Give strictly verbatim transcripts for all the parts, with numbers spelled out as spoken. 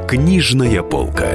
Книжная полка.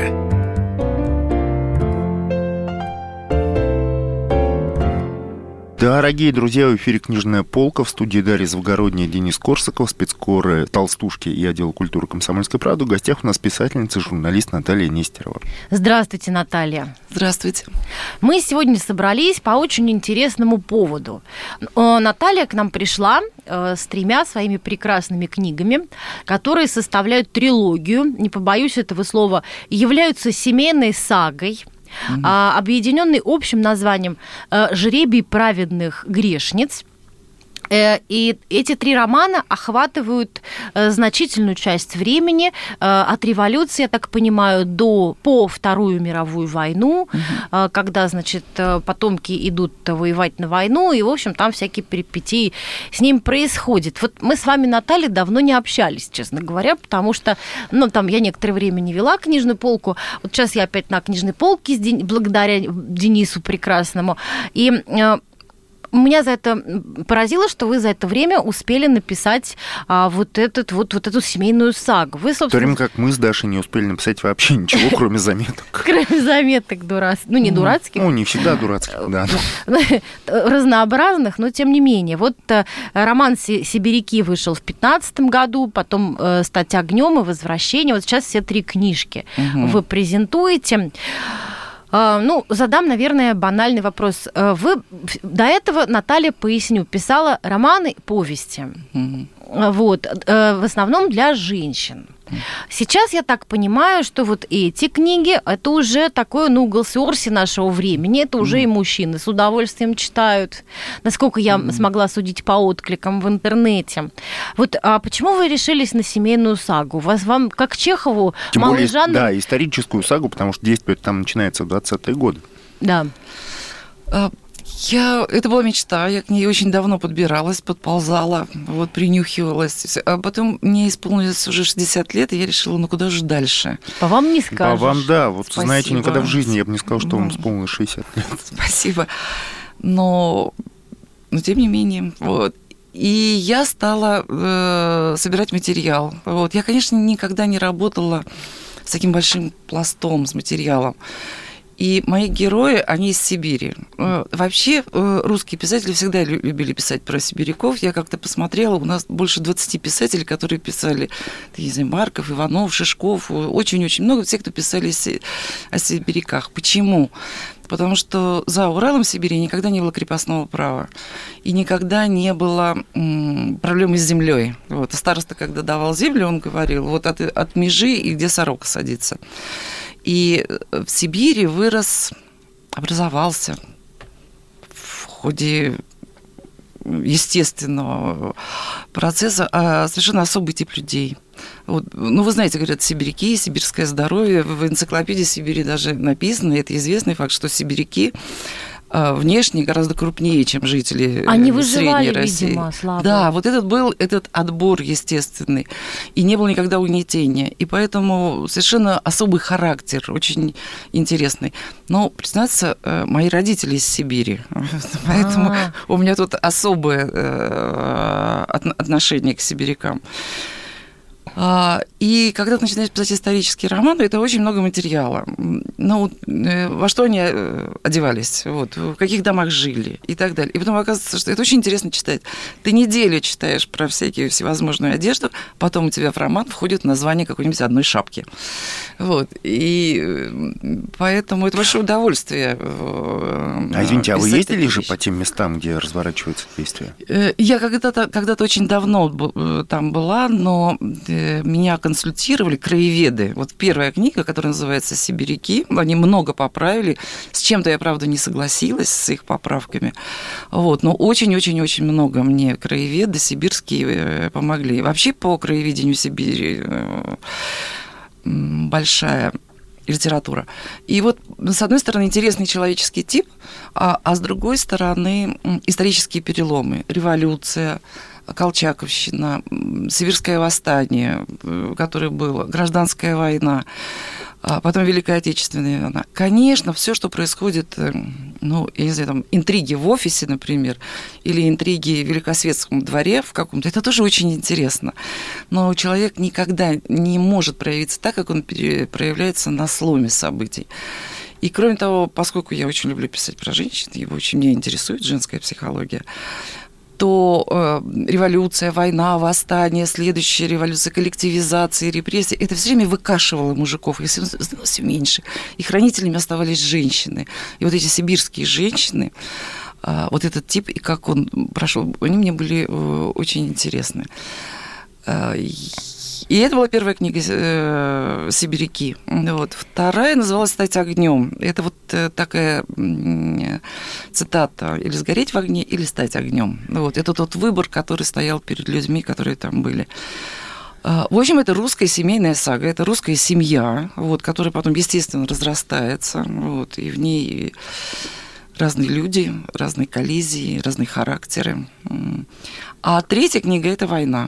Дорогие друзья, в эфире «Книжная полка», в студии Дарья Завгородняя, Денис Корсаков, спецкоры «Толстушки» и отдел культуры «Комсомольской правды». В гостях у нас писательница, журналист Наталья Нестерова. Здравствуйте, Наталья. Здравствуйте. Мы сегодня собрались по очень интересному поводу. Наталья к нам пришла с тремя своими прекрасными книгами, которые составляют трилогию, не побоюсь этого слова, являются семейной сагой, Mm-hmm. объединенный общим названием «Жребий праведных грешниц». И эти три романа охватывают значительную часть времени от революции, я так понимаю, до по Вторую мировую войну, угу. когда, значит, потомки идут воевать на войну, и, в общем, там всякие перипетии с ним происходят. Вот мы с вами, Наталья, давно не общались, честно говоря, потому что, ну, там я некоторое время не вела книжную полку, вот сейчас я опять на книжной полке благодаря Денису прекрасному, и меня за это поразило, что вы за это время успели написать а, вот, этот, вот, вот эту семейную сагу. Вы, собственно... В то время как мы с Дашей не успели написать вообще ничего, кроме заметок. Кроме заметок дурацких. Ну, не дурацких. Ну, не всегда дурацких, да. Разнообразных, но тем не менее. Вот роман «Сибиряки» вышел в пятнадцатом году, потом «Стать огнем» и «Возвращение». Вот сейчас все три книжки вы презентуете. Ну, задам, наверное, банальный вопрос. Вы до этого, Наталья, поясню, писала романы, повести, mm-hmm. вот, в основном для женщин. Сейчас я так понимаю, что вот эти книги, это уже такое, ну, голсуорси нашего времени, это уже mm. и мужчины с удовольствием читают, насколько я mm. смогла судить по откликам в интернете. Вот а почему вы решились на семейную сагу? Вас, вам, как Чехову, Тем малый более, жанр... Да, историческую сагу, потому что действие там начинается в двадцатые годы. Да. Я, это была мечта, я к ней очень давно подбиралась, подползала, вот, принюхивалась. А потом мне исполнилось уже шестьдесят лет, и я решила, ну куда же дальше? По вам не скажешь. По вам, да. Вот, Спасибо. Знаете, никогда в жизни я бы не сказал, что вам исполнилось шестьдесят лет. Спасибо. Но, но тем не менее, вот. И я стала э, собирать материал. Вот. Я, конечно, никогда не работала с таким большим пластом, с материалом. И мои герои, они из Сибири. Вообще, русские писатели всегда любили писать про сибиряков. Я как-то посмотрела, у нас больше двадцати писателей, которые писали, не знаю, Марков, Иванов, Шишков, очень-очень много, все, кто писали о сибиряках. Почему? Потому что за Уралом в Сибири никогда не было крепостного права. И никогда не было м, проблемы с землей. Вот. Староста, когда давал землю, он говорил, вот от, от межи и где сорока садится. И в Сибири вырос, образовался в ходе естественного процесса совершенно особый тип людей. Вот. Ну, вы знаете, говорят, сибиряки, сибирское здоровье. В энциклопедии Сибири даже написано, и это известный факт, что сибиряки внешне гораздо крупнее, чем жители Они Средней выживали, России. Видимо, слабо. Да, вот этот был этот отбор естественный, и не было никогда угнетения, и поэтому совершенно особый характер, очень интересный. Но, признаться, мои родители из Сибири, поэтому А-а-а. у меня тут особое отношение к сибирякам. И когда ты начинаешь писать исторический роман, это очень много материала. Ну, во что они одевались, вот, в каких домах жили и так далее. И потом оказывается, что это очень интересно читать. Ты неделю читаешь про всякие всевозможную одежду, потом у тебя в роман входит название какой-нибудь одной шапки. Вот. И поэтому это большое удовольствие. А извините, а вы ездили же по тем местам, где разворачивается действие? Я когда-то, когда-то очень давно там была, но меня консультировали краеведы. Вот первая книга, которая называется «Сибиряки», они много поправили. С чем-то я, правда, не согласилась с их поправками. Вот. Но очень-очень-очень много мне краеведы сибирские помогли. Вообще по краеведению Сибири большая литература. И вот, с одной стороны, интересный человеческий тип, а, а с другой стороны, исторические переломы, революция, Колчаковщина, Сибирское восстание, которое было, гражданская война. А потом Великая Отечественная война. Конечно, все, что происходит, ну, я не знаю, там, интриги в офисе, например, или интриги в Великосветском дворе в каком-то, это тоже очень интересно. Но человек никогда не может проявиться так, как он проявляется на сломе событий. И кроме того, поскольку я очень люблю писать про женщин, и очень меня интересует женская психология, то э, революция, война, восстание, следующая революция, коллективизация, репрессии, это все время выкашивало мужиков, их становилось все меньше. И хранителями оставались женщины. И вот эти сибирские женщины, э, вот этот тип, и как он прошел, они мне были э, очень интересны. Э, И это была первая книга э, «Сибиряки». Вот. Вторая называлась «Стать огнем». Это вот э, такая э, цитата: «Или сгореть в огне, или стать огнем». Вот. Это тот выбор, который стоял перед людьми, которые там были. Э, в общем, это русская семейная сага, это русская семья, вот, которая потом, естественно, разрастается. Вот, и в ней разные люди, разные коллизии, разные характеры. А третья книга – это «Война».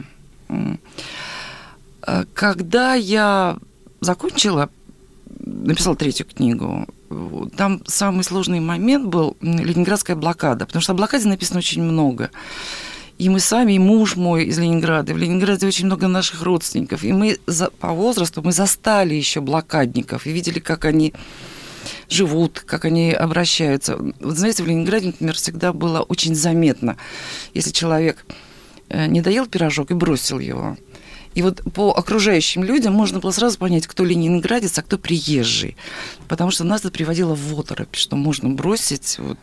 Когда я закончила, написала третью книгу, там самый сложный момент был ленинградская блокада, потому что о блокаде написано очень много. И мы сами, и муж мой из Ленинграда, в Ленинграде очень много наших родственников, и мы за, по возрасту мы застали еще блокадников и видели, как они живут, как они обращаются. Вот знаете, в Ленинграде, например, всегда было очень заметно, если человек не доел пирожок и бросил его. И вот по окружающим людям можно было сразу понять, кто ленинградец, а кто приезжий. Потому что нас это приводило в оторопь, что можно бросить вот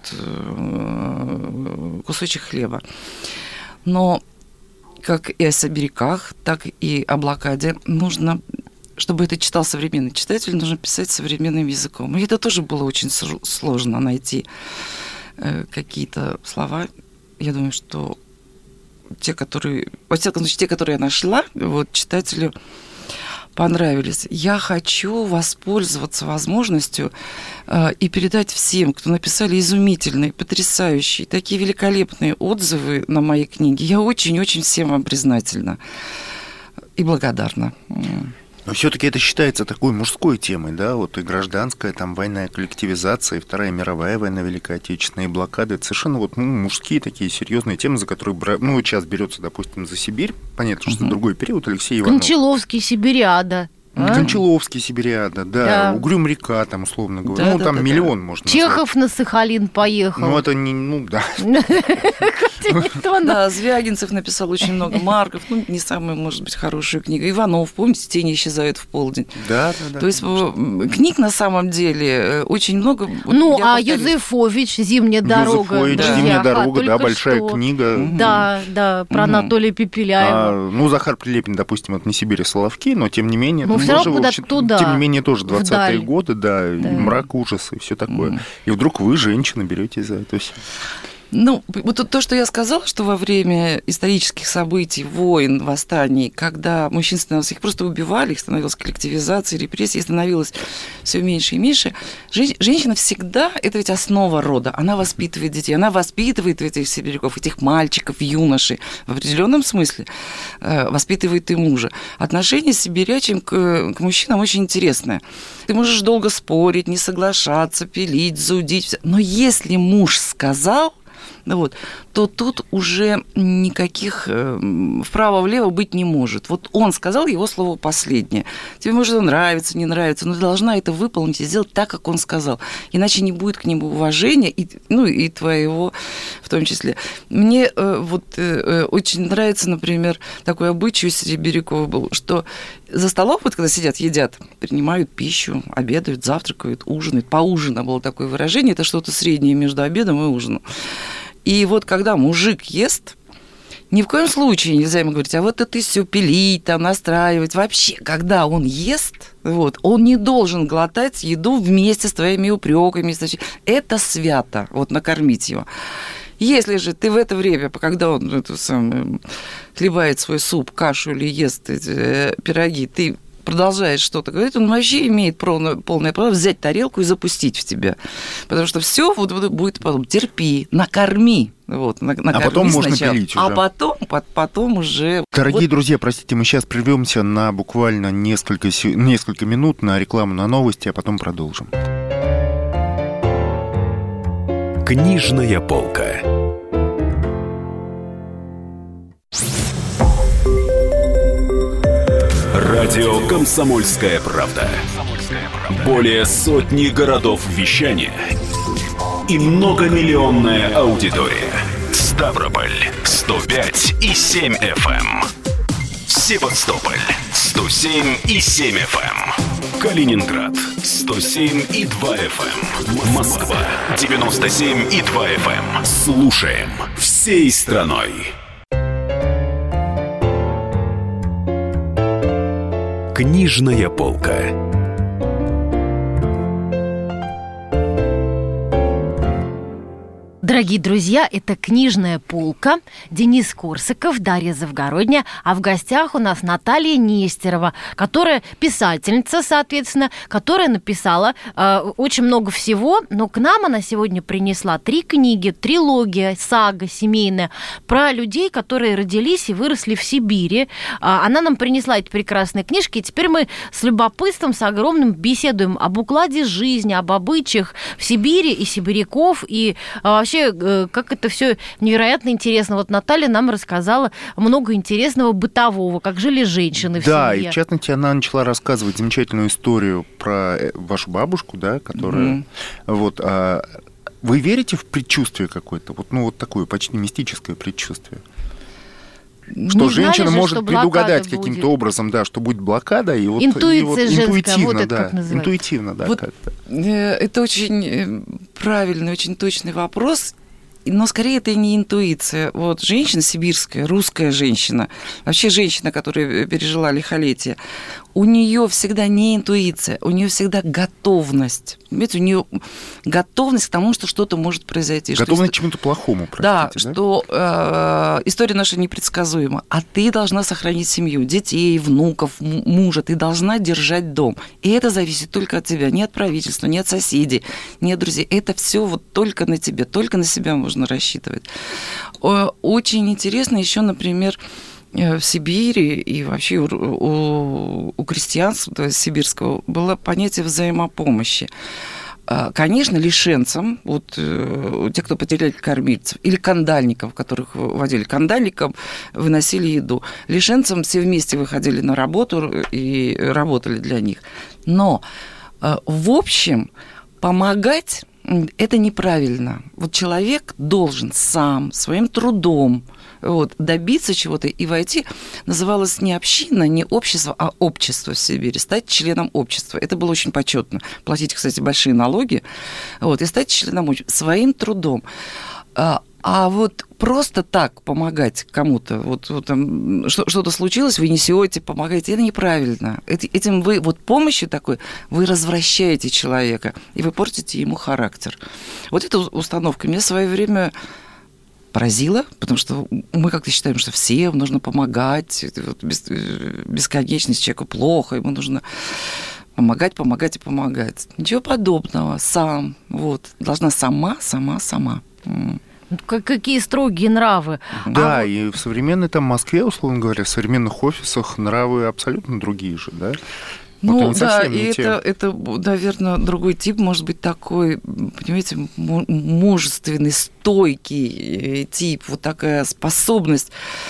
кусочек хлеба. Но как и о сибиряках, так и о блокаде нужно, чтобы это читал современный читатель, нужно писать современным языком. И это тоже было очень сложно найти какие-то слова. Я думаю, что те, которые, во всяком случае, те, которые я нашла, вот, читателю понравились. Я хочу воспользоваться возможностью э, и передать всем, кто написали изумительные, потрясающие, такие великолепные отзывы на мои книги. Я очень-очень всем вам признательна и благодарна. Но все-таки это считается такой мужской темой, да, вот и гражданская, там, война и коллективизация, и Вторая мировая война, Великая Отечественная, и блокады. Это совершенно вот, ну, мужские такие серьезные темы, за которые, ну, сейчас берется, допустим, за Сибирь, понятно, что за другой период, Алексей Иванов. Кончаловский, Сибириада. А? Кончаловский, Сибириада, да, да. Угрюм-река, там, условно говоря. Да, ну, да, там да, миллион да. можно Чехов назвать. на Сахалин поехал. Ну, это не, ну, да. Да, Звягинцев написал очень много, Марков, ну, не самая, может быть, хорошая книга. Иванов, помните, «Тени исчезают в полдень». Да, да, да. То есть книг на самом деле очень много. Ну, а Юзефович «Зимняя дорога». Юзефович «Зимняя дорога», да, большая книга. Да, да, про Анатолия Пепеляева. Ну, Захар Прилепин, допустим, это не Сибирь, а Соловки, но тем не менее... Ну, все равно куда-то туда. Тем не менее, тоже двадцатые Вдаль. годы, да, Да. и мрак, ужас, и все такое. Mm. И вдруг вы, женщина, берете за это все. Ну, вот то, что я сказала, что во время исторических событий, войн, восстаний, когда мужчин становилось, их просто убивали, их становилась коллективизация, репрессии, становилось все меньше и меньше, женщина всегда, это ведь основа рода, она воспитывает детей, она воспитывает этих сибиряков, этих мальчиков, юношей, в определенном смысле воспитывает и мужа. Отношение сибирячим к, к мужчинам очень интересное. Ты можешь долго спорить, не соглашаться, пилить, зудить, но если муж сказал, вот, то тут уже никаких вправо-влево быть не может. Вот он сказал, его слово последнее. Тебе может нравиться, не нравится, но ты должна это выполнить и сделать так, как он сказал. Иначе не будет к нему уважения, и, ну и твоего в том числе. Мне э, вот э, очень нравится, например, такой обычай у сибиряков был, что за столом, вот когда сидят, едят, принимают пищу, обедают, завтракают, ужинают. Поужина было такое выражение, это что-то среднее между обедом и ужином. И вот когда мужик ест, ни в коем случае нельзя ему говорить, а вот это все пилить, там, настраивать. Вообще, когда он ест, вот, он не должен глотать еду вместе с твоими упреками. Это свято, вот, накормить его. Если же ты в это время, когда он это самое, хлебает свой суп, кашу или ест эти пироги, ты продолжает что-то говорить, он вообще имеет полное, полное право взять тарелку и запустить в тебя. Потому что все вот, вот будет потом. Терпи, накорми. Вот, на, а потом можно сначала, пилить уже. А потом, потом уже... Дорогие вот... друзья, простите, мы сейчас прервемся на буквально несколько, несколько минут на рекламу, на новости, а потом продолжим. Книжная полка. Радио «Комсомольская правда». Более сотни городов вещания и многомиллионная аудитория. Ставрополь сто пять и семь эф эм. Севастополь сто семь и семь эф эм. Калининград сто семь и два эф эм. Москва девяносто семь и два эф эм. Слушаем всей страной. Книжная полка. Дорогие друзья, это «Книжная полка». Денис Корсаков, Дарья Завгородняя. А в гостях у нас Наталья Нестерова, которая писательница, соответственно, которая написала э, очень много всего. Но к нам она сегодня принесла три книги, трилогия, сага семейная про людей, которые родились и выросли в Сибири. А, она нам принесла эти прекрасные книжки, и теперь мы с любопытством, с огромным беседуем об укладе жизни, об обычаях в Сибири и сибиряков, и а, вообще как это все невероятно интересно. Вот Наталья нам рассказала много интересного бытового, как жили женщины в да, семье. Да, и в частности она начала рассказывать замечательную историю про вашу бабушку, да, которая... Mm-hmm. Вот, а, вы верите в предчувствие какое-то? Вот, ну, вот такое почти мистическое предчувствие? Что не женщина же, может что предугадать будет. каким-то образом, да, что будет блокада. И вот, интуиция и вот женская, интуитивно, вот это да, как называется. Интуитивно, да, вот как-то. Это очень правильный, очень точный вопрос. Но скорее это и не интуиция. Вот женщина сибирская, русская женщина, вообще женщина, которая пережила лихолетие, у нее всегда не интуиция, у нее всегда готовность. Понимаете, у нее готовность к тому, что что-то может произойти. Готовность что, к чему-то плохому, простите. Да, да? что э, история наша непредсказуема, а ты должна сохранить семью, детей, внуков, мужа, ты должна держать дом. И это зависит только от тебя, не от правительства, не от соседей, не от друзей. Это все вот только на тебе, только на себя можно рассчитывать. Очень интересно еще, например, в Сибири и вообще у, у, у крестьянства сибирского было понятие взаимопомощи. Конечно, лишенцам, вот те, кто потеряли кормильцев, или кандальников, которых водили кандальникам, выносили еду. Лишенцам все вместе выходили на работу и работали для них. Но, в общем, помогать – это неправильно. Вот человек должен сам, своим трудом, вот, добиться чего-то и войти, называлось не община, не общество, а общество в Сибири, стать членом общества. Это было очень почетно. Платить, кстати, большие налоги, вот, и стать членом общества своим трудом. А, а вот просто так помогать кому-то, вот, вот там что-то случилось, вы несете, помогаете, это неправильно. Этим вы, вот помощью такой, вы развращаете человека, и вы портите ему характер. Вот эта установка меня в свое время поразила, потому что мы как-то считаем, что всем нужно помогать, вот бесконечность человеку плохо, ему нужно помогать, помогать и помогать. Ничего подобного. Сам. Вот. Должна сама, сама, сама. Какие строгие нравы. Да, а и в современной там Москве, условно говоря, в современных офисах нравы абсолютно другие же, да? Ну вот да, и это, это, наверное, другой тип, может быть, такой, понимаете, мужественный, стойкий тип, вот такая способность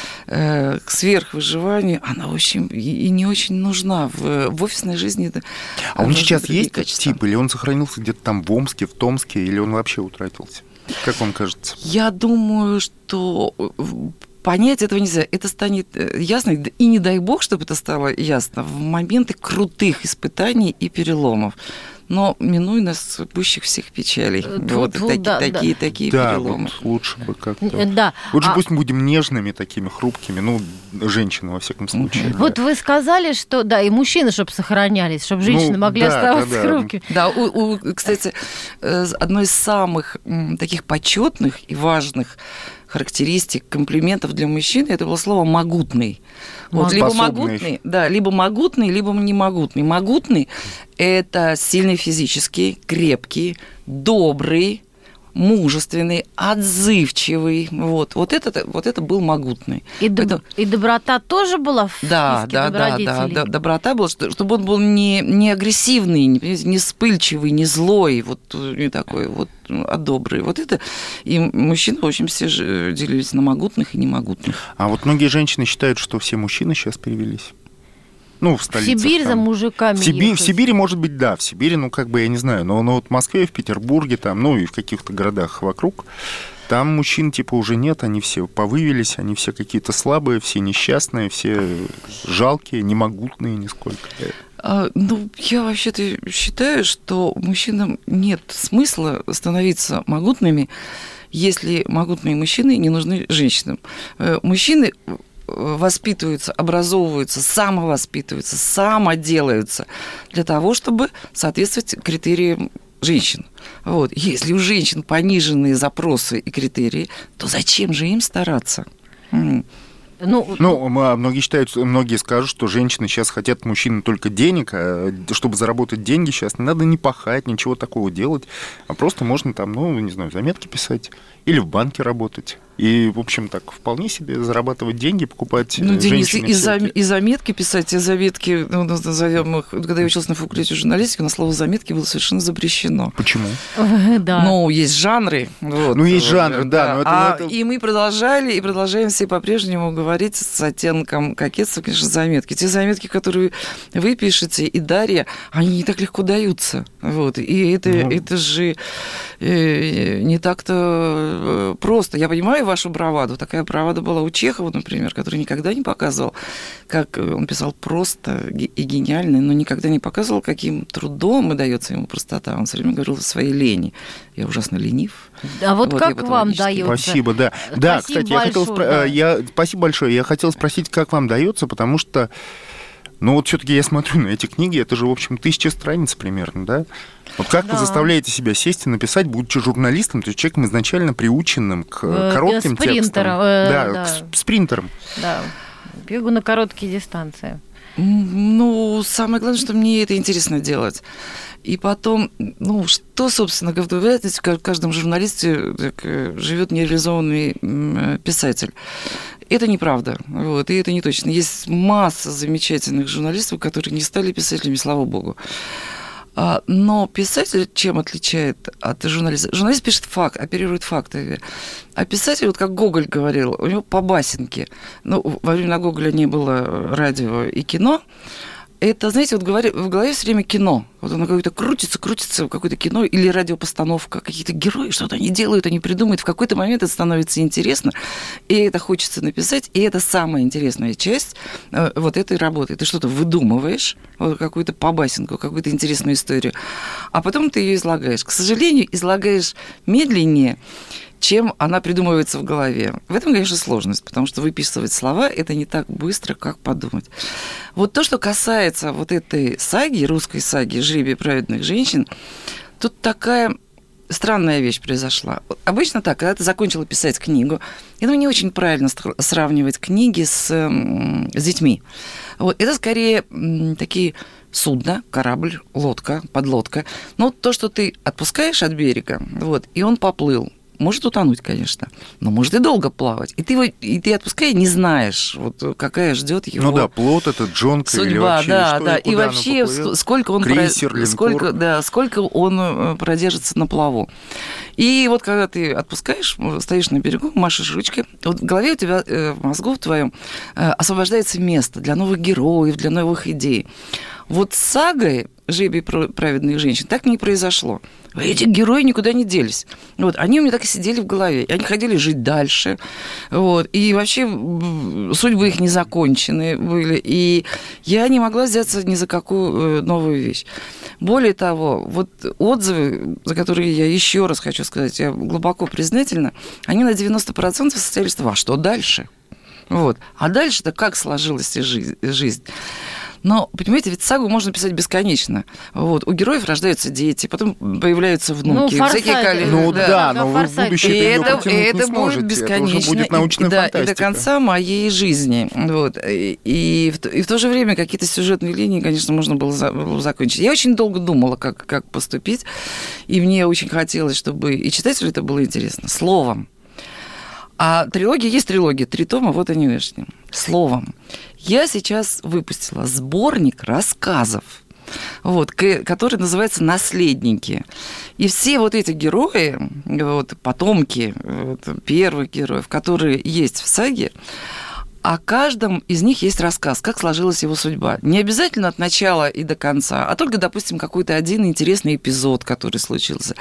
э, к сверхвыживанию, она очень и не очень нужна в, в офисной жизни. Это, а он сейчас есть качества. Тип, или он сохранился где-то там в Омске, в Томске, или он вообще утратился? Как вам кажется? Я думаю, что понять этого нельзя. Это станет ясно, и не дай бог, чтобы это стало ясно, в моменты крутых испытаний и переломов. Но минуй нас пущих всех печалей. Тут, вот тут, таки, да, такие, да. такие да, переломы. Вот лучше бы как-то. Да. Лучше а... пусть мы будем нежными, такими хрупкими, ну, женщины, во всяком случае. Mm-hmm. Да. Вот вы сказали, что, да, и мужчины, чтобы сохранялись, чтобы женщины ну, могли да, оставаться да, да. хрупкими. Да, у, у, кстати, одно из самых таких почетных и важных характеристик, комплиментов для мужчины, это было слово «могутный». Вот, либо могутный, да, либо могутный, либо немогутный. Могутный – это сильный физически, крепкий, добрый, мужественный, отзывчивый. Вот, вот, это, вот это был могутный. И, доб... Поэтому... и доброта тоже была в да, списке да, добродетелей? Да, да, да, доброта была, чтобы он был не, не агрессивный, не, не вспыльчивый, не злой, вот не такой вот, а добрый. Вот это. И мужчины, в общем, все же делились на могутных и немогутных. А вот многие женщины считают, что все мужчины сейчас перевелись. Ну, в столицах. В Сибирь там. За мужиками в, Сиби... ехать. в Сибири, может быть, да. В Сибири, ну, как бы, я не знаю. Но, но вот в Москве, в Петербурге, там, ну, и в каких-то городах вокруг, там мужчин, типа, уже нет. Они все повывелись, они все какие-то слабые, все несчастные, все жалкие, немогутные нисколько. А, ну, я вообще-то считаю, что мужчинам нет смысла становиться могутными, если могутные мужчины не нужны женщинам. Мужчины воспитываются, образовываются, самовоспитываются, самоделаются для того, чтобы соответствовать критериям женщин. Вот. Если у женщин пониженные запросы и критерии, то зачем же им стараться? Ну, ну, многие считают, многие скажут, что женщины сейчас хотят от мужчины только денег, а чтобы заработать деньги сейчас не надо не пахать, ничего такого делать, а просто можно там, ну, не знаю, заметки писать или в банке работать. И, в общем, так, вполне себе зарабатывать деньги, покупать ну, Денис, женщины. И, зам, и заметки писать, и заметки, ну, назовем их, когда я училась на факультете журналистики, на слово «заметки» было совершенно запрещено. Почему? Да. Ну, есть жанры. Вот, ну, есть жанры, да. да. Но это, а, но это... И мы продолжали, и продолжаем все по-прежнему говорить с оттенком кокетства, конечно, заметки. Те заметки, которые вы пишете, и Дарья, они не так легко даются. Вот. И это, ну... это же э, не так-то просто. Я понимаю вашу браваду. Такая бравада была у Чехова, например, который никогда не показывал, как он писал просто и гениально, но никогда не показывал, каким трудом и дается ему простота. Он все время говорил о своей лени. Я ужасно ленив. А вот, вот как вам дается? Спасибо, да. Спасибо да, кстати, большое, я хотел спро... да. я... Спасибо большое. Я хотел спросить, как вам дается, потому что, ну вот все-таки я смотрю на эти книги, это же, в общем, тысяча страниц примерно, да? Вот как да. вы заставляете себя сесть и написать, будучи журналистом, то есть человеком изначально приученным к коротким э, текстам? Э, да, да, к спринтерам. Да, бегу на короткие дистанции. Ну, самое главное, что мне это интересно делать. И потом, ну, что, собственно, говоря, в каждом журналисте живет нереализованный писатель. Это неправда, вот, и это не точно. Есть масса замечательных журналистов, которые не стали писателями, слава богу. Но писатель чем отличает от журналиста? Журналист пишет факт, оперирует фактами. А писатель, вот как Гоголь говорил, у него по басенке. Ну, во времена Гоголя не было радио и кино. Это, знаете, вот в голове все время кино. Вот оно какое-то крутится, крутится, какое-то кино или радиопостановка, какие-то герои, что-то они делают, они придумывают. В какой-то момент это становится интересно, и это хочется написать, и это самая интересная часть вот этой работы. Ты что-то выдумываешь, вот какую-то побасенку, какую-то интересную историю, а потом ты ее излагаешь. К сожалению, излагаешь медленнее, чем она придумывается в голове. В этом, конечно, сложность, потому что выписывать слова – это не так быстро, как подумать. Вот то, что касается вот этой саги, русской саги «Жребий праведных женщин», тут такая странная вещь произошла. Обычно так, когда ты закончила писать книгу, я думаю, не очень правильно сравнивать книги с, с детьми. Вот, это скорее такие судно, корабль, лодка, подлодка. Но то, что ты отпускаешь от берега, вот, и он поплыл, может утонуть, конечно, но может и долго плавать. И ты его, и ты отпускай, не знаешь, вот какая ждет его. Ну да, плот этот, джонка судьба, или вообще да, что, да. И, и вообще сколько он крейсер, про... сколько, да, сколько он продержится на плаву. И вот когда ты отпускаешь, стоишь на берегу, машешь ручкой, вот в голове у тебя, в мозгу в твоем освобождается место для новых героев, для новых идей. Вот с сагой «Жребий праведных женщин» так не произошло. Эти герои никуда не делись. Вот, они у меня так и сидели в голове. И они хотели жить дальше. Вот, и вообще судьбы их не закончены были. И я не могла взяться ни за какую новую вещь. Более того, вот отзывы, за которые я еще раз хочу сказать, я глубоко признательна, они на девяносто процентов состоялись в том, а что дальше? Вот. А дальше-то как сложилась жизнь? Но, понимаете, ведь сагу можно писать бесконечно. Вот. У героев рождаются дети, потом появляются внуки. Ну, всякие коли... Ну да, да, но вы в Форсайт. будущее И это, это, и это будет бесконечно. Это уже будет научная и, да, фантастика. и до конца моей жизни. Вот. И, и, в, и в то же время какие-то сюжетные линии, конечно, можно было, за, было закончить. Я очень долго думала, как, как поступить. И мне очень хотелось, чтобы и читателю это было интересно. Словом. А трилогия есть трилогия. Три тома, вот они вышли. Словом. Я сейчас выпустила сборник рассказов, вот, который называется «Наследники». И все вот эти герои, вот, потомки вот, первых героев, которые есть в саге, о каждом из них есть рассказ, как сложилась его судьба. Не обязательно от начала и до конца, а только, допустим, какой-то один интересный эпизод, который случился.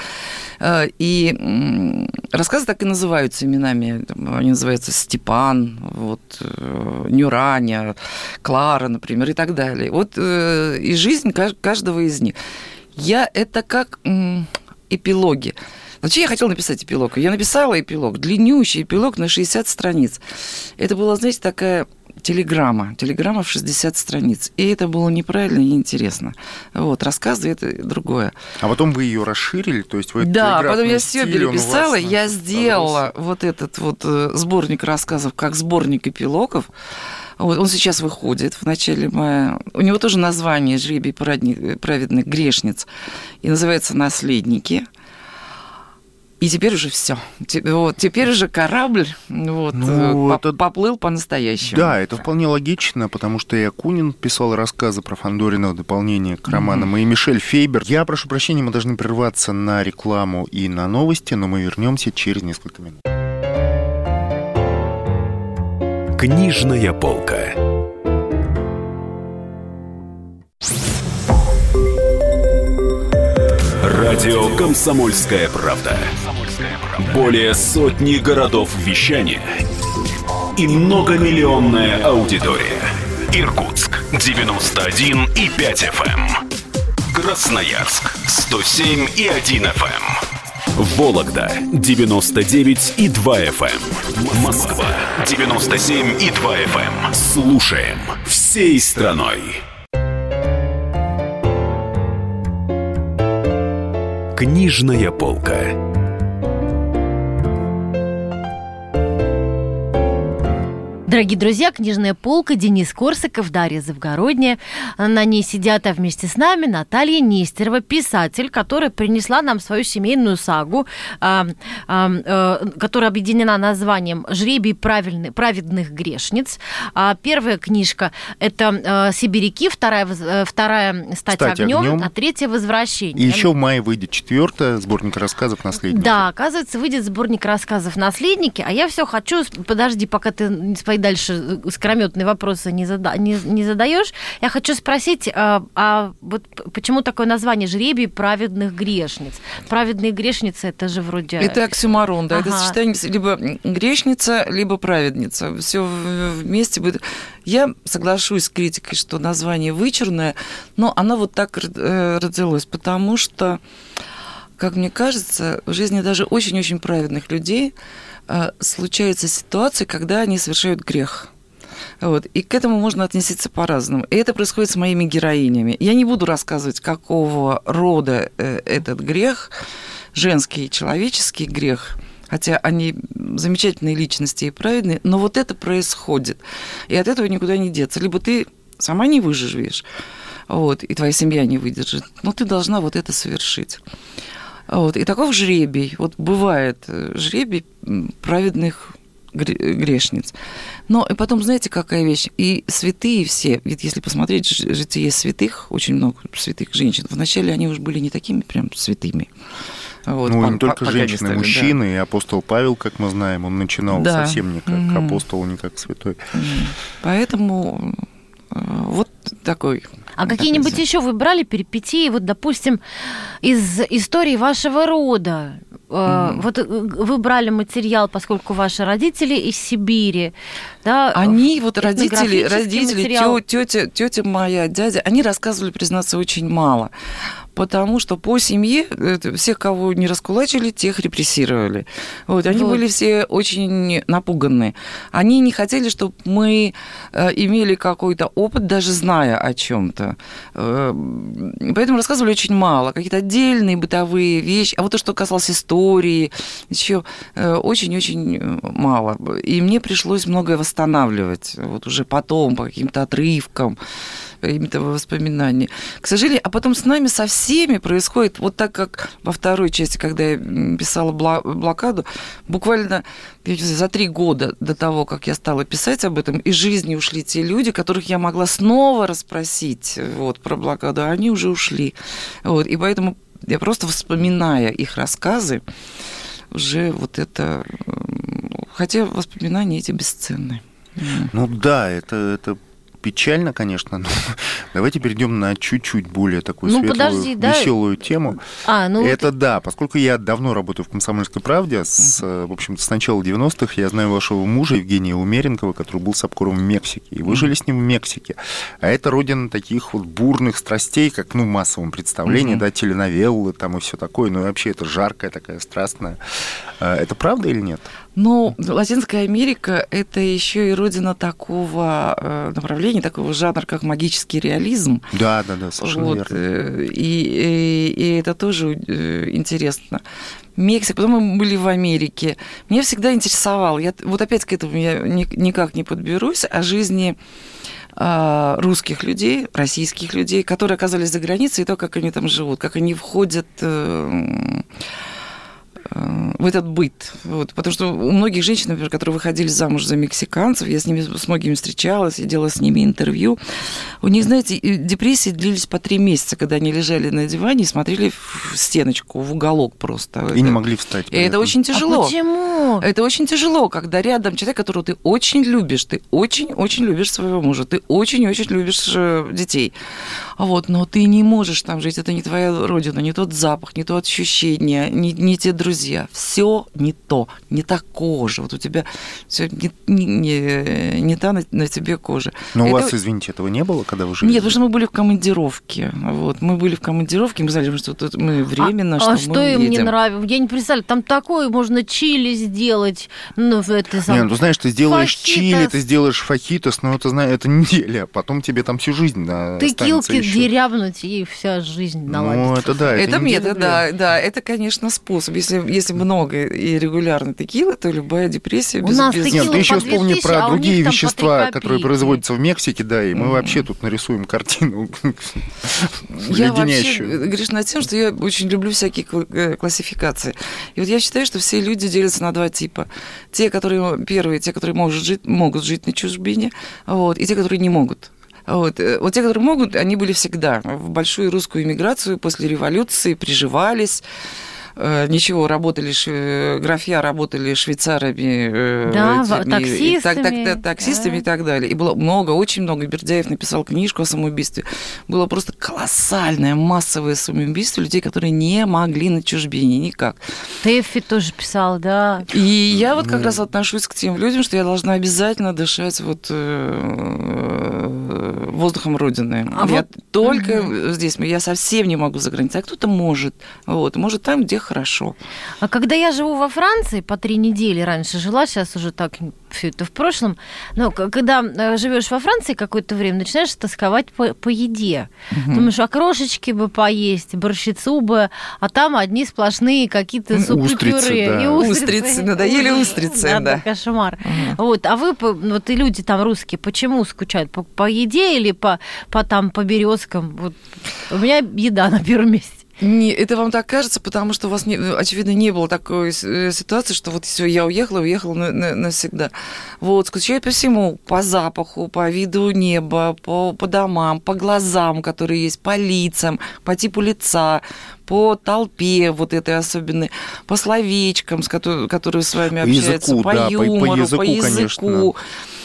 И рассказы так и называются именами. Они называются Степан, вот, Нюраня, Клара, например, и так далее. Вот и жизнь каждого из них. Я это как эпилоги. Вообще я хотела написать эпилог. Я написала эпилог, длиннющий эпилог на шестьдесят страниц. Это была, знаете, такая телеграмма. Телеграмма в шестьдесят страниц. И это было неправильно и неинтересно. Вот, рассказы – это другое. А потом вы ее расширили? То есть вы да, потом я все стиль, переписала. Я сделала вот этот вот сборник рассказов как сборник эпилогов. Вот, он сейчас выходит в начале мая. У него тоже название «Жребий праведных грешниц». И называется «Наследники». И теперь уже все. Вот, теперь уже корабль вот, ну, это... поплыл по-настоящему. Да, это вполне логично, потому что и Акунин писал рассказы про Фандорина в дополнение к романам, mm-hmm. и Мишель Фейбер. Я прошу прощения, мы должны прерваться на рекламу и на новости, но мы вернемся через несколько минут. Книжная полка. Радио «Комсомольская правда». Более сотни городов вещания и многомиллионная аудитория. Иркутск девяносто один и пять эф эм, Красноярск сто семь и один эф эм, Вологда девяносто девять и два эф эм, Москва девяносто семь и два эф эм. Слушаем всей страной. Книжная полка. Дорогие друзья, книжная полка, Денис Корсаков, Дарья Завгородняя. На ней сидят, а вместе с нами Наталья Нестерова, писатель, которая принесла нам свою семейную сагу, которая объединена названием «Жребий праведных грешниц». Первая книжка – это «Сибиряки», вторая, вторая «Стать, Стать огнем», огнем, а третья «Возвращение». И еще в мае выйдет четвертая, сборник рассказов «Наследники». Да, оказывается, выйдет сборник рассказов «Наследники», а я все хочу, подожди, пока ты свои дальше скрометные вопросы не, зада, не, не задаешь, я хочу спросить, а, а вот почему такое название «Жребий праведных грешниц»? Праведные грешницы – это же вроде… Это оксюморон, да, ага. Это сочетание либо грешница, либо праведница. Все вместе будет… Я соглашусь с критикой, что название вычурное, но оно вот так родилось, потому что, как мне кажется, в жизни даже очень-очень праведных людей случаются ситуации, когда они совершают грех. Вот. И к этому можно относиться по-разному. И это происходит с моими героинями. Я не буду рассказывать, какого рода этот грех, женский, человеческий грех, хотя они замечательные личности и праведные, но вот это происходит. И от этого никуда не деться. Либо ты сама не выживешь, вот, и твоя семья не выдержит, но ты должна вот это совершить. Вот. И таков жребий. Вот бывает жребий праведных грешниц. Но и потом, знаете, какая вещь? И святые все, ведь если посмотреть житие святых, очень много святых женщин, вначале они уже были не такими прям святыми. Вот, ну, по, не только по, женщины, стали, мужчины. Да. И апостол Павел, как мы знаем, он начинал да. совсем не как mm-hmm. апостол, не как святой. Mm-hmm. Поэтому вот такой. А какие-нибудь еще вы брали перипетии, вот, допустим, из истории вашего рода? Mm-hmm. Вот вы брали материал, поскольку ваши родители из Сибири, да? Они, вот родители, родители, тетя, тетя моя, дядя, они рассказывали, признаться, очень мало. потому что по семье всех, кого не раскулачили, тех репрессировали. Вот, они вот. были все очень напуганные. Они не хотели, чтобы мы имели какой-то опыт, даже зная о чем-то. Поэтому рассказывали очень мало. Какие-то отдельные бытовые вещи. А вот то, что касалось истории, еще очень-очень мало. И мне пришлось многое восстанавливать. Вот уже потом, по каким-то отрывкам, каким-то воспоминаниям. К сожалению, а потом с нами, со всеми происходит вот так, как во второй части, когда я писала «Блокаду», буквально за три года до того, как я стала писать об этом, из жизни ушли те люди, которых я могла снова расспросить вот, про блокаду, а они уже ушли. Вот, и поэтому я просто, вспоминая их рассказы, уже вот это... Хотя воспоминания эти бесценны. Ну да, это... это... печально, конечно, но давайте перейдем на чуть-чуть более такую ну, светлую, подожди, веселую да? тему. А, ну это вот... да, поскольку я давно работаю в «Комсомольской правде», с, uh-huh. в общем-то, с начала девяностых, я знаю вашего мужа Евгения Умеренкова, который был сапкором в Мексике, и вы uh-huh. жили с ним в Мексике. А это родина таких вот бурных страстей, как, ну, в массовом представлении, uh-huh. да, теленовеллы там и все такое, ну и вообще это жаркая такая, страстная. Это правда или нет? Ну, Латинская Америка – это еще и родина такого направления, такого жанра, как магический реализм. Да, да, да, совершенно вот. верно. И, и, и это тоже интересно. Мексика, потом мы были в Америке. Меня всегда интересовало, я, вот опять к этому я никак не подберусь, о жизни русских людей, российских людей, которые оказались за границей, и то, как они там живут, как они входят... в этот быт. Вот. Потому что у многих женщин, например, которые выходили замуж за мексиканцев, я с ними, с многими встречалась, я делала с ними интервью, у них, знаете, депрессии длились по три месяца, когда они лежали на диване и смотрели в стеночку, в уголок просто. И это, не могли встать. И это очень тяжело. А почему? Это очень тяжело, когда рядом человек, которого ты очень любишь, ты очень-очень любишь своего мужа, ты очень-очень любишь детей. Вот, но ты не можешь там жить, это не твоя родина, не тот запах, не то ощущение, не, не те друзья. Все не то, не та кожа. Вот у тебя все не, не, не, не та на, на тебе кожа. Но это... у вас, извините, этого не было, когда вы жили? Нет, потому что мы были в командировке. Вот, мы были в командировке, мы знали, что тут мы временно, а, что а мы что им едем. не нравилось? Я не представляю, там такое можно чили сделать. Ну, это сам... Не, ну, знаешь, ты сделаешь фахитос. чили, ты сделаешь фахитос, но это, знаешь, это неделя, потом тебе там всю жизнь останется еще. Дерябнуть, и вся жизнь наладится. Ну, это да. Это, это метод, да, да, это, конечно, способ. Если, если много и регулярно текилы, то любая депрессия без... У нас без... Нет, ты еще вспомни тысячи, про а другие вещества, которые производятся в Мексике, да, и мы mm. вообще тут нарисуем картину я вообще грешна тем, что я очень люблю всякие классификации. И вот я считаю, что все люди делятся на два типа. Те, которые первые, те, которые могут жить, могут жить на чужбине, вот, и те, которые не могут. Вот. вот те, которые могут, они были всегда в большую русскую эмиграцию после революции, приживались. Ничего, работали, графья работали швейцарами, да, этими, таксистами, и, так, так, таксистами да. и так далее. И было много, очень много. Бердяев написал книжку о самоубийстве. Было просто колоссальное, массовое самоубийство людей, которые не могли на чужбине никак. Тэффи тоже писал, да. И я вот как раз отношусь к тем людям, что я должна обязательно дышать вот воздухом Родины. А я вот... только mm-hmm. здесь, я совсем не могу за границей, а кто-то может. Вот, может там, где хорошо. А когда я живу во Франции, по три недели раньше жила, сейчас уже так все это в прошлом, но когда живешь во Франции какое-то время, начинаешь тосковать по, по еде. Угу. Думаешь, окрошечки бы поесть, борщицу бы, а там одни сплошные какие-то супы-пюре. Да. И устрицы. Устрицы, надоели устрицы, да. да. Кошмар. Угу. Вот, а вы, вот и люди там русские, почему скучают? По, по еде или по, по, там, по березкам? Вот. У меня еда на первом месте. Не, это вам так кажется, потому что у вас, не, очевидно, не было такой ситуации, что вот все, я уехала, уехала на, на, навсегда. Вот, скучаю по всему, по запаху, по виду неба, по, по домам, по глазам, которые есть, по лицам, по типу лица, по толпе вот этой особенной, по словечкам, с которой, которые с вами общаются, языку, по да, юмору, по, по языку, по языку. Конечно.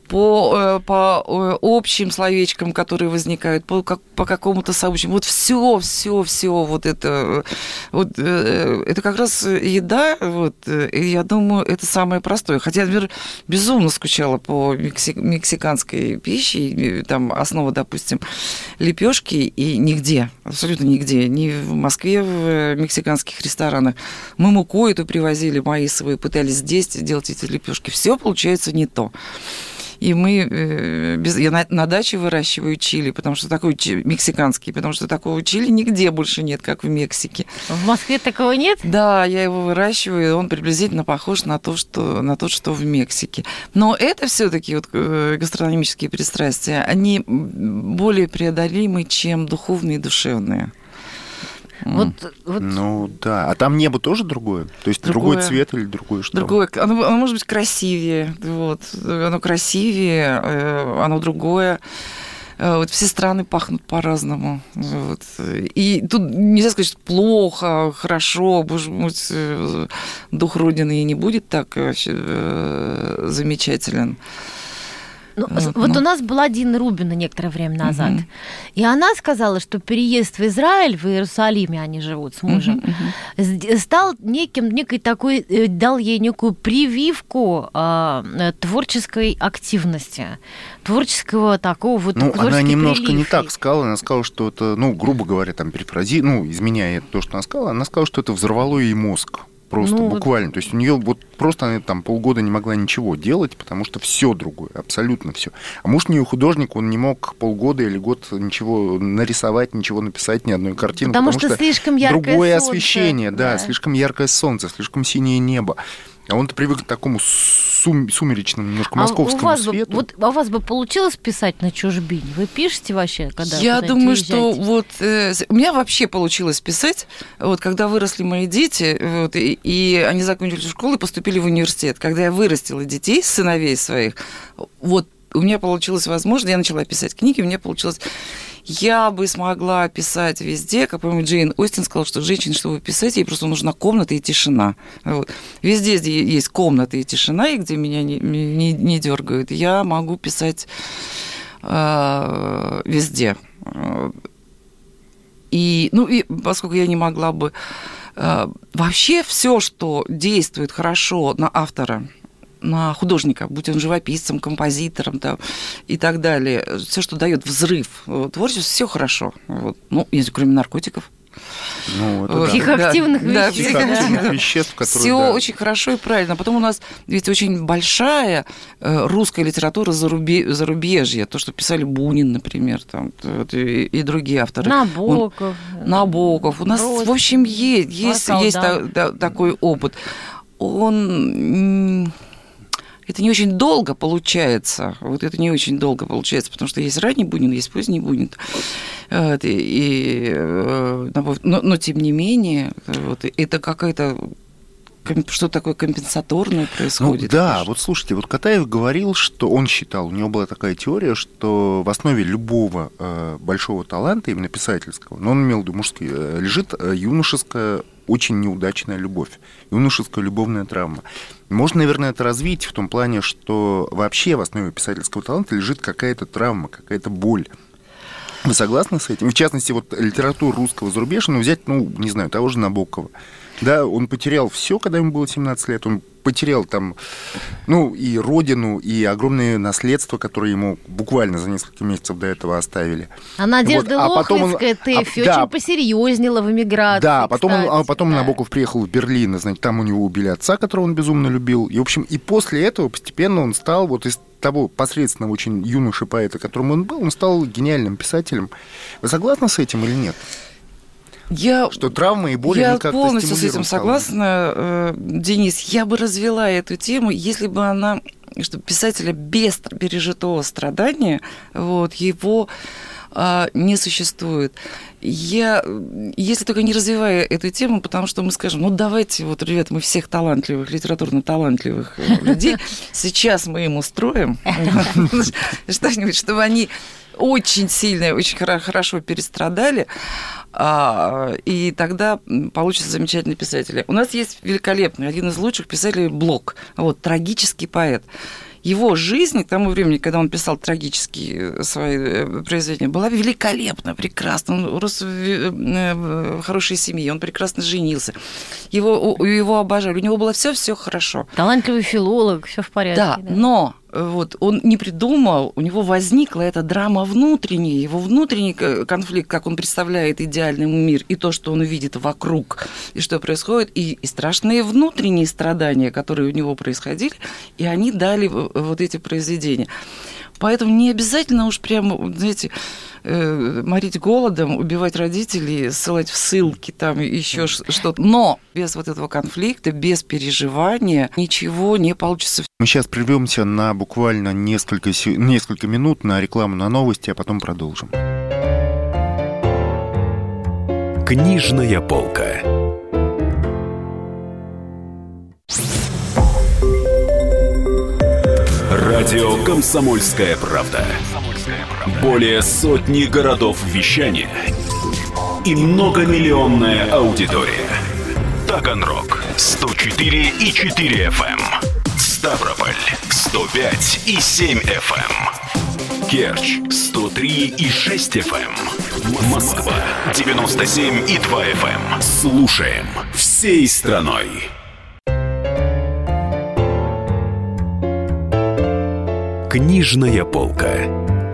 по, по общим словечкам, которые возникают, по, как, по какому-то сообществу. Вот все, все, все, вот это, вот, это как раз еда, вот, и я думаю, это самое простое. Хотя я, например, безумно скучала по мекси, мексиканской пище, там основа, допустим, лепешки, и нигде, абсолютно нигде, ни в Москве, в мексиканских ресторанах. Мы муку эту привозили, маисовую, пытались здесь делать эти лепешки. Все получается не то. И мы, без, я на, на даче выращиваю чили, потому что такой мексиканский, потому что такого чили нигде больше нет, как в Мексике. В Москве такого нет? Да, я его выращиваю, и он приблизительно похож на то, что, на то, что в Мексике. Но это все-таки вот гастрономические пристрастия, они более преодолимы, чем духовные и душевные. Вот, вот. Ну да, а там небо тоже другое? То есть другое. Другой цвет или другое что? Другое, оно, оно может быть красивее, вот. Оно красивее, оно другое. Вот, все страны пахнут по-разному. Вот. И тут нельзя сказать, что плохо, хорошо, боже мой, дух Родины и не будет так замечателен. Ну, вот ну. У нас была Дина Рубина некоторое время назад, uh-huh. и она сказала, что переезд в Израиль, в Иерусалиме они живут с мужем, uh-huh, uh-huh. стал неким, некой такой, дал ей некую прививку э, творческой активности, творческого такого вот... Ну, она немножко прилив. не так сказала, она сказала, что это, ну, грубо говоря, там, перефрази, ну, изменяя то, что она сказала, она сказала, что это взорвало ей мозг. Просто ну, буквально. Вот... То есть у нее вот просто она там полгода не могла ничего делать, потому что все другое, абсолютно все. А муж у нее художник, он не мог полгода или год ничего нарисовать, ничего написать, ни одной картины. Потому, потому что, что слишком яркое другое солнце. освещение, да, да, слишком яркое солнце, слишком синее небо. А он-то привык к такому сум- сумеречному, немножко московскому а у вас свету. Бы, вот, а у вас бы получилось писать на чужбине? Вы пишете вообще, когда Я думаю, что вот э, у меня вообще получилось писать, вот когда выросли мои дети, вот, и, и они закончили школу и поступили в университет. Когда я вырастила детей, сыновей своих, вот у меня получилась возможность, я начала писать книги, у меня получилось... Я бы смогла писать везде, как, по-моему, Джейн Остин сказала, что женщине, чтобы писать, ей просто нужна комната и тишина. Вот. Везде, где есть комната и тишина, и где меня не, не, не дергают, я могу писать э, везде. И, ну, и поскольку я не могла бы... Э, вообще все, что действует хорошо на автора, на художника, будь он живописцем, композитором там, и так далее, все, что дает взрыв творчества, все хорошо. Вот. Ну, если кроме наркотиков. Ну, это да. Психоактивных да. веществ. Да, психоактивных веществ, которые... Все да. очень хорошо и правильно. Потом у нас ведь очень большая русская литература зарубежья. То, что писали Бунин, например, там, и, и другие авторы. Набоков. Он, Набоков. У нас, Бродский, в общем, есть, есть, есть та, та, такой опыт. Он... Это не очень долго получается. Вот это не очень долго получается, потому что есть ранний Бунин, есть поздний Бунин. И, и, но, но тем не менее, вот, это какая-то что такое компенсаторное происходит. Ну, да, вот слушайте, вот Катаев говорил, что он считал, у него была такая теория, что в основе любого э, большого таланта, именно писательского, но он имел в виду мужский, э, лежит юношеская очень неудачная любовь, юношеская любовная травма. Можно, наверное, это развить в том плане, что вообще в основе писательского таланта лежит какая-то травма, какая-то боль. Вы согласны с этим? В частности, вот литературу русского зарубежья, ну, взять, ну, не знаю, того же Набокова. Да, он потерял все, когда ему было семнадцать лет, он потерял там, ну, и родину, и огромное наследство, которое ему буквально за несколько месяцев до этого оставили. А Надежда вот. Лохвицкая, Тэффи, а, да, очень посерьезнела в эмиграции. Да, потом, кстати, он, а потом да. Набоков приехал в Берлин, и, значит, там у него убили отца, которого он безумно любил. И, в общем, и после этого постепенно он стал вот из того посредственного очень юноши-поэта, которым он был, он стал гениальным писателем. Вы согласны с этим или нет? Я, что травмы и боли я как-то полностью с этим согласна, Денис. Я бы развела эту тему, если бы она, что писателя без пережитого страдания, вот, его а, не существует. Я, если только не развивая эту тему, потому что мы скажем, ну давайте, вот, ребята, мы всех талантливых, литературно талантливых людей, сейчас мы им устроим что-нибудь, чтобы они очень сильно, очень хорошо перестрадали, и тогда получится замечательный писатель. У нас есть великолепный, один из лучших писателей Блок, вот, трагический поэт. его жизнь к тому времени, когда он писал трагические свои произведения, была великолепна, прекрасна. Он рос в хорошей семье, он прекрасно женился. Его, его обожали, у него было все-все хорошо. Талантливый филолог, все в порядке. Да, да. но вот он не придумал, у него возникла эта драма внутренняя, его внутренний конфликт, как он представляет идеальный мир, и то, что он видит вокруг, и что происходит, и, и страшные внутренние страдания, которые у него происходили, и они дали вот эти произведения. Поэтому не обязательно уж прямо, знаете, морить голодом, убивать родителей, ссылать в ссылки, там еще что-то. Но без вот этого конфликта, без переживания ничего не получится. Мы сейчас прервемся на буквально несколько, несколько минут на рекламу, на новости, а потом продолжим. Книжная полка. Радио «Комсомольская правда». Более сотни городов вещания и многомиллионная аудитория. Таганрог сто четыре и четыре эф эм, Ставрополь сто пять и семь эф эм, Керчь сто три и шесть эф эм, Москва девяносто семь и два эф эм. Слушаем всей страной. Книжная полка.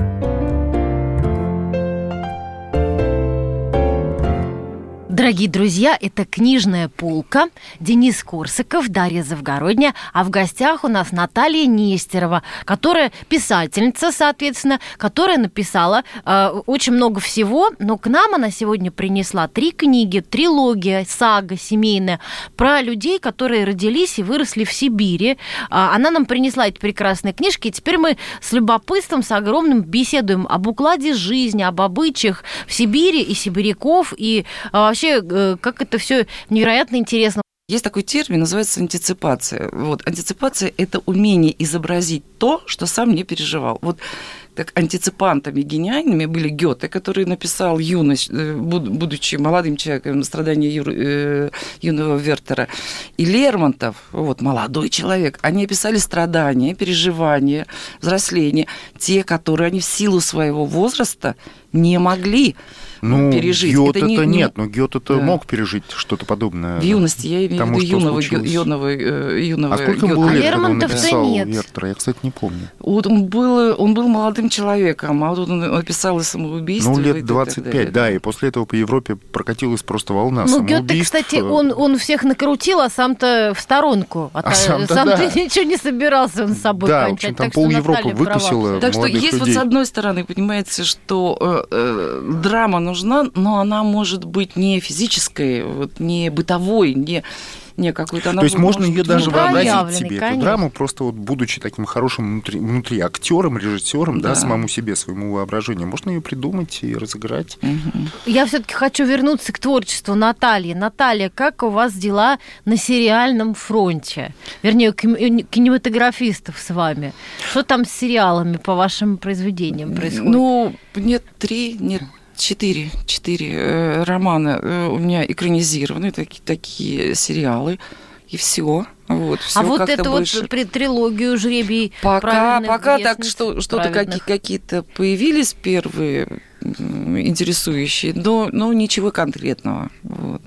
Дорогие друзья, это «Книжная полка». Денис Корсаков, Дарья Завгородняя. А в гостях у нас Наталья Нестерова, которая писательница, соответственно, которая написала э, очень много всего. Но к нам она сегодня принесла три книги, трилогия, сага семейная про людей, которые родились и выросли в Сибири. Э, она нам принесла эти прекрасные книжки. И теперь мы с любопытством, с огромным беседуем об укладе жизни, об обычаях в Сибири и сибиряков, и э, вообще как это все невероятно интересно. Есть такой термин, называется антиципация. Вот, антиципация – это умение изобразить то, что сам не переживал. Вот так антиципантами гениальными были Гёте, который написал юность, будучи молодым человеком, «Страдания ю, юного Вертера», и Лермонтов, вот, молодой человек, они описали страдания, переживания, взросление, те, которые они в силу своего возраста не могли ну, пережить. Гёте-то не, нет, но Гёте-то да. мог пережить что-то подобное. В юности, я имею в виду юного, юного, юного А сколько ему было лет, когда он написал Вертера? Я, кстати, не помню. Вот он был, он был молодым человеком, а вот он написал и самоубийство. Ну, лет двадцать пять, да, и после этого по Европе прокатилась просто волна ну, самоубийств. Гёте, кстати, он, он всех накрутил, а сам-то в сторонку. А, а сам-то, сам-то да. ничего не собирался он с собой да, кончать. Да, в общем, там пол-Европы выкосило. Так что есть людей. вот с одной стороны, понимаете, что э, э, драма нужна, но она может быть не физической, вот, не бытовой, не... Не, какой-то она То есть можно ее даже вообразить себе, конечно. эту драму, просто вот будучи таким хорошим внутри, внутри актером, режиссером, да. да, самому себе, своему воображению, можно ее придумать и разыграть. Угу. Я все-таки хочу вернуться к творчеству Натальи. Наталья, как у вас дела на сериальном фронте? Вернее, кинематографистов с вами. Что там с сериалами по вашим произведениям происходит? Ну, нет три, нет Четыре, четыре э, романа э, у меня экранизированы, такие, такие сериалы, и все. Вот, а вот это больше... вот трилогию «Жребий» пока, пока так что, что-то какие, какие-то появились первые интересующие, но, но ничего конкретного. Вот.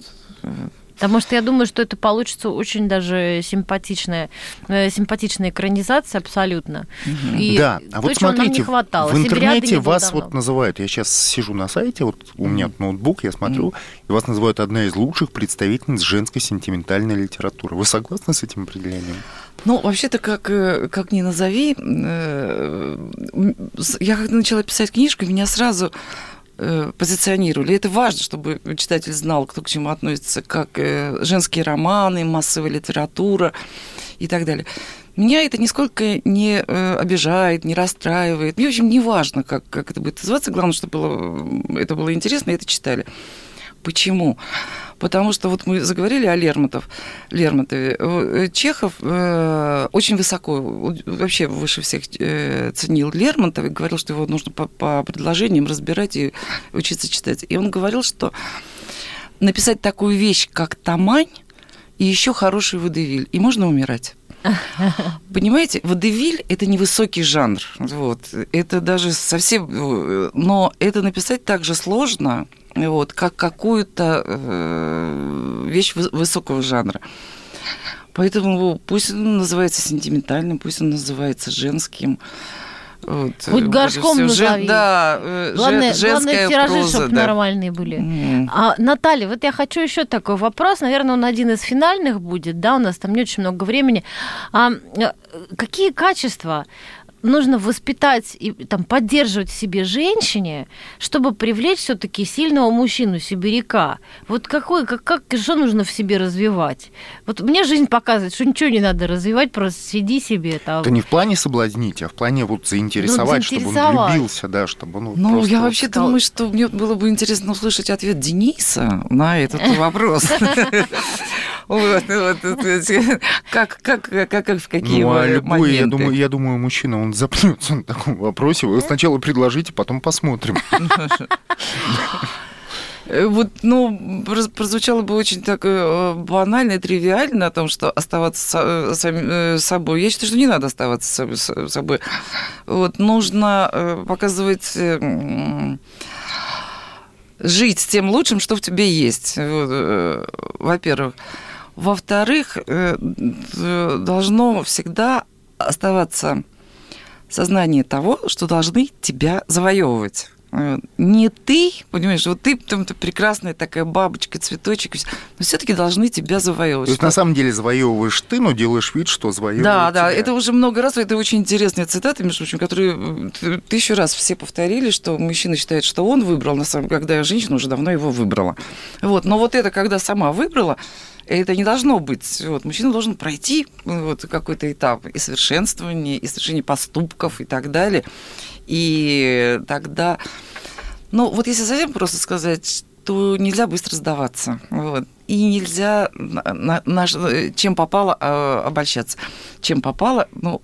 Потому что я думаю, что это получится очень даже симпатичная, симпатичная экранизация абсолютно. Угу. И да, а вот смотрите, в интернете вас давно. вот называют, я сейчас сижу на сайте, вот у меня mm-hmm. ноутбук, я смотрю, mm-hmm. и вас называют одна из лучших представительниц женской сентиментальной литературы. Вы согласны с этим определением? Ну, вообще-то, как, как ни назови, я когда начала писать книжку, меня сразу... позиционировали. Это важно, чтобы читатель знал, кто к чему относится, как женские романы, массовая литература и так далее. Меня это нисколько не обижает, не расстраивает. Мне, в общем, не важно, как, как это будет называться. Главное, чтобы было, это было интересно, и это читали. Почему? Потому что вот мы заговорили о Лермонтов, Лермонтове. Чехов э, очень высоко, вообще выше всех э, ценил Лермонтова и говорил, что его нужно по, по предложениям разбирать и учиться читать. И он говорил, что написать такую вещь, как Тамань, и еще хороший водевиль, и можно умирать. Понимаете, водевиль – это невысокий жанр. Вот. Это даже совсем... Но это написать так же сложно, вот, как какую-то э, вещь высокого жанра. Поэтому пусть он называется сентиментальным, пусть он называется женским. Вот, Хоть горшком назови. Да, главное, женская главное, тиражи, проза, чтобы да. нормальные были. Mm. А, Наталья, вот я хочу еще такой вопрос. Наверное, он один из финальных будет, да, у нас там не очень много времени. А, какие качества нужно воспитать и там, поддерживать в себе женщине, чтобы привлечь все-таки сильного мужчину, сибиряка? Вот какой, как, как, что нужно в себе развивать? Вот мне жизнь показывает, что ничего не надо развивать, просто сиди себе там. Это не в плане соблазнить, а в плане вот заинтересовать, ну, заинтересовать. чтобы он влюбился, да, чтобы он вот Ну, просто... я вообще сказал... думаю, что мне было бы интересно услышать ответ Дениса на этот вопрос. Как, как, как, в какие моменты? Я думаю, я думаю, мужчина, он запнется на таком вопросе. Вы сначала предложите, потом посмотрим. Вот, ну, прозвучало бы очень так банально и тривиально о том, что оставаться самим собой. Я считаю, что не надо оставаться собой. Вот, нужно показывать, жить с тем лучшим, что в тебе есть, вот, во-первых. Во-вторых, должно всегда оставаться сознание того, что должны тебя завоевывать. Не ты, понимаешь, вот ты, там, ты прекрасная такая бабочка, цветочек, но все-таки должны тебя завоевывать. То есть, на самом деле, завоевываешь ты, но делаешь вид, что завоевываешь Да, тебя. да, это уже много раз, это очень интересная цитата, между прочим, которую тысячу раз все повторили, что мужчина считает, что он выбрал, на самом деле, когда женщина уже давно его выбрала. Вот, но вот это, когда сама выбрала, это не должно быть. Вот, мужчина должен пройти вот, какой-то этап и совершенствования, и совершения поступков и так далее. И тогда... Ну, вот если совсем просто сказать, то нельзя быстро сдаваться. Вот. И нельзя на, на, чем попало обольщаться. Чем попало, ну...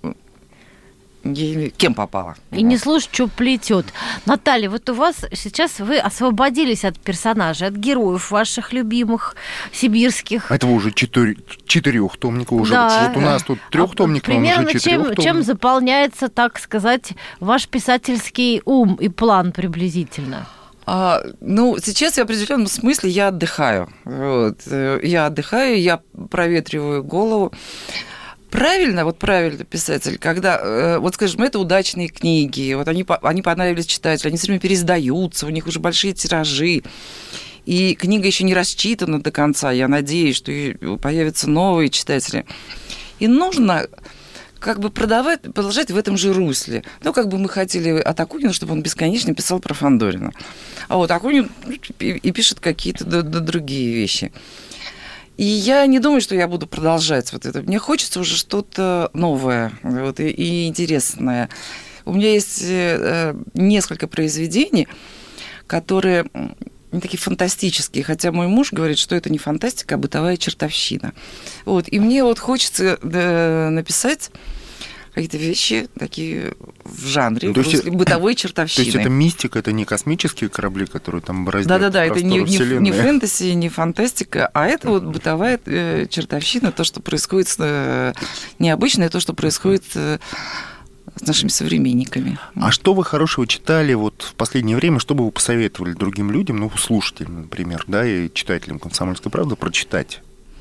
Кем попало. И не слушать, что плетет. Наталья, вот у вас сейчас вы освободились от персонажей, от героев ваших любимых сибирских. Этого уже четыре, четырехтомника уже. Да. Вот у нас тут трехтомник, а, но он уже чем, четырехтомник. Чем заполняется, так сказать, ваш писательский ум и план приблизительно? А, ну, сейчас в определенном смысле я отдыхаю. Вот. Я отдыхаю, я проветриваю голову. Правильно, вот правильно писатель, когда, вот скажем, это удачные книги, вот они, они понравились читателю, они все время переиздаются, у них уже большие тиражи, и книга еще не рассчитана до конца, я надеюсь, что появятся новые читатели. И нужно как бы продавать, продолжать в этом же русле. Ну, как бы мы хотели от Акунина, чтобы он бесконечно писал про Фандорина. А вот Акунин и пишет какие-то другие вещи. И я не думаю, что я буду продолжать вот это. Мне хочется уже что-то новое вот, и, и интересное. У меня есть несколько произведений, которые такие фантастические, хотя мой муж говорит, что это не фантастика, а бытовая чертовщина. Вот, и мне вот хочется написать какие-то вещи такие в жанре, ну, в русле бытовой чертовщины. То есть это мистика, это не космические корабли, которые там бороздят Да-да-да, это не, не, не фэнтези, не фантастика, а это вот бытовая э, чертовщина, то, что происходит э, необычное, то, что происходит э, с нашими современниками. А что вы хорошего читали вот в последнее время, что бы вы посоветовали другим людям, ну, слушателям, например, да, и читателям «Комсомольской правды» прочитать?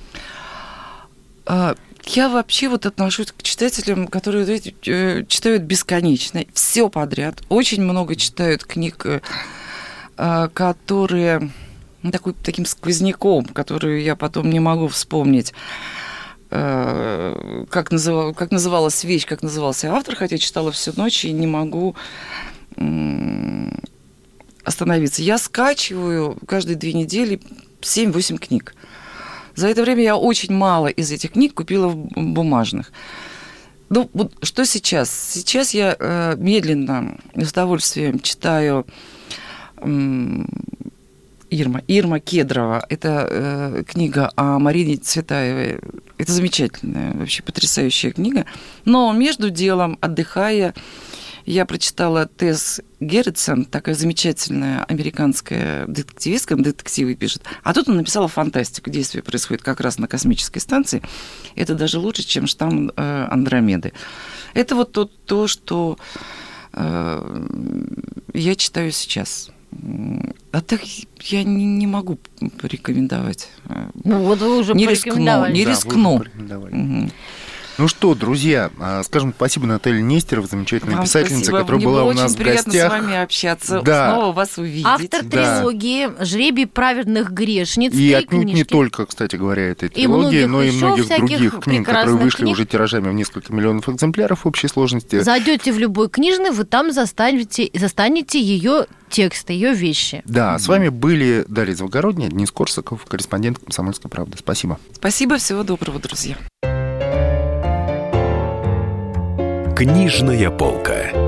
Я вообще вот отношусь к читателям, которые, знаете, читают бесконечно, все подряд. Очень много читают книг, которые такой, таким сквозняком, которые я потом не могу вспомнить, как, называл, как называлась вещь, как назывался автор, хотя читала всю ночь и не могу остановиться. Я скачиваю каждые две недели семь-восемь книг. За это время я очень мало из этих книг купила в бумажных. Ну, вот что сейчас? Сейчас я э, медленно, с удовольствием читаю э, Ирма. Ирма Кедрова. Это э, книга о Марине Цветаевой. Это замечательная, вообще потрясающая книга. Но между делом, отдыхая, Я прочитала Тесс Герритсон, такая замечательная американская детективистка, детективы пишет. А тут она написала фантастику. Действие происходит как раз на космической станции. Это даже лучше, чем штамм э, Андромеды. Это вот то, то что э, я читаю сейчас. А так я не, не могу порекомендовать. Ну вот вы уже не порекомендовали. Рискну, не Да, рискну. Угу. Ну что, друзья, скажем спасибо Наталье Нестеровой, замечательной Вам писательнице, спасибо. которая Мне была было у нас очень в приятно гостях. с вами общаться, Да. снова вас увидеть. Автор Да. трилогии «Жребий праведных грешниц». И три отнюдь книжки. не только, кстати говоря, этой И трилогии, многих но и еще многих всяких других книг, которые прекрасных вышли книг. уже тиражами в несколько миллионов экземпляров в общей сложности. Зайдете в любой книжный, вы там застанете, застанете ее тексты, ее вещи. Да, с вами были Дарья Завгородняя, Денис Корсаков, корреспондент «Комсомольской правды». Спасибо. Спасибо, всего доброго, друзья. Книжная полка.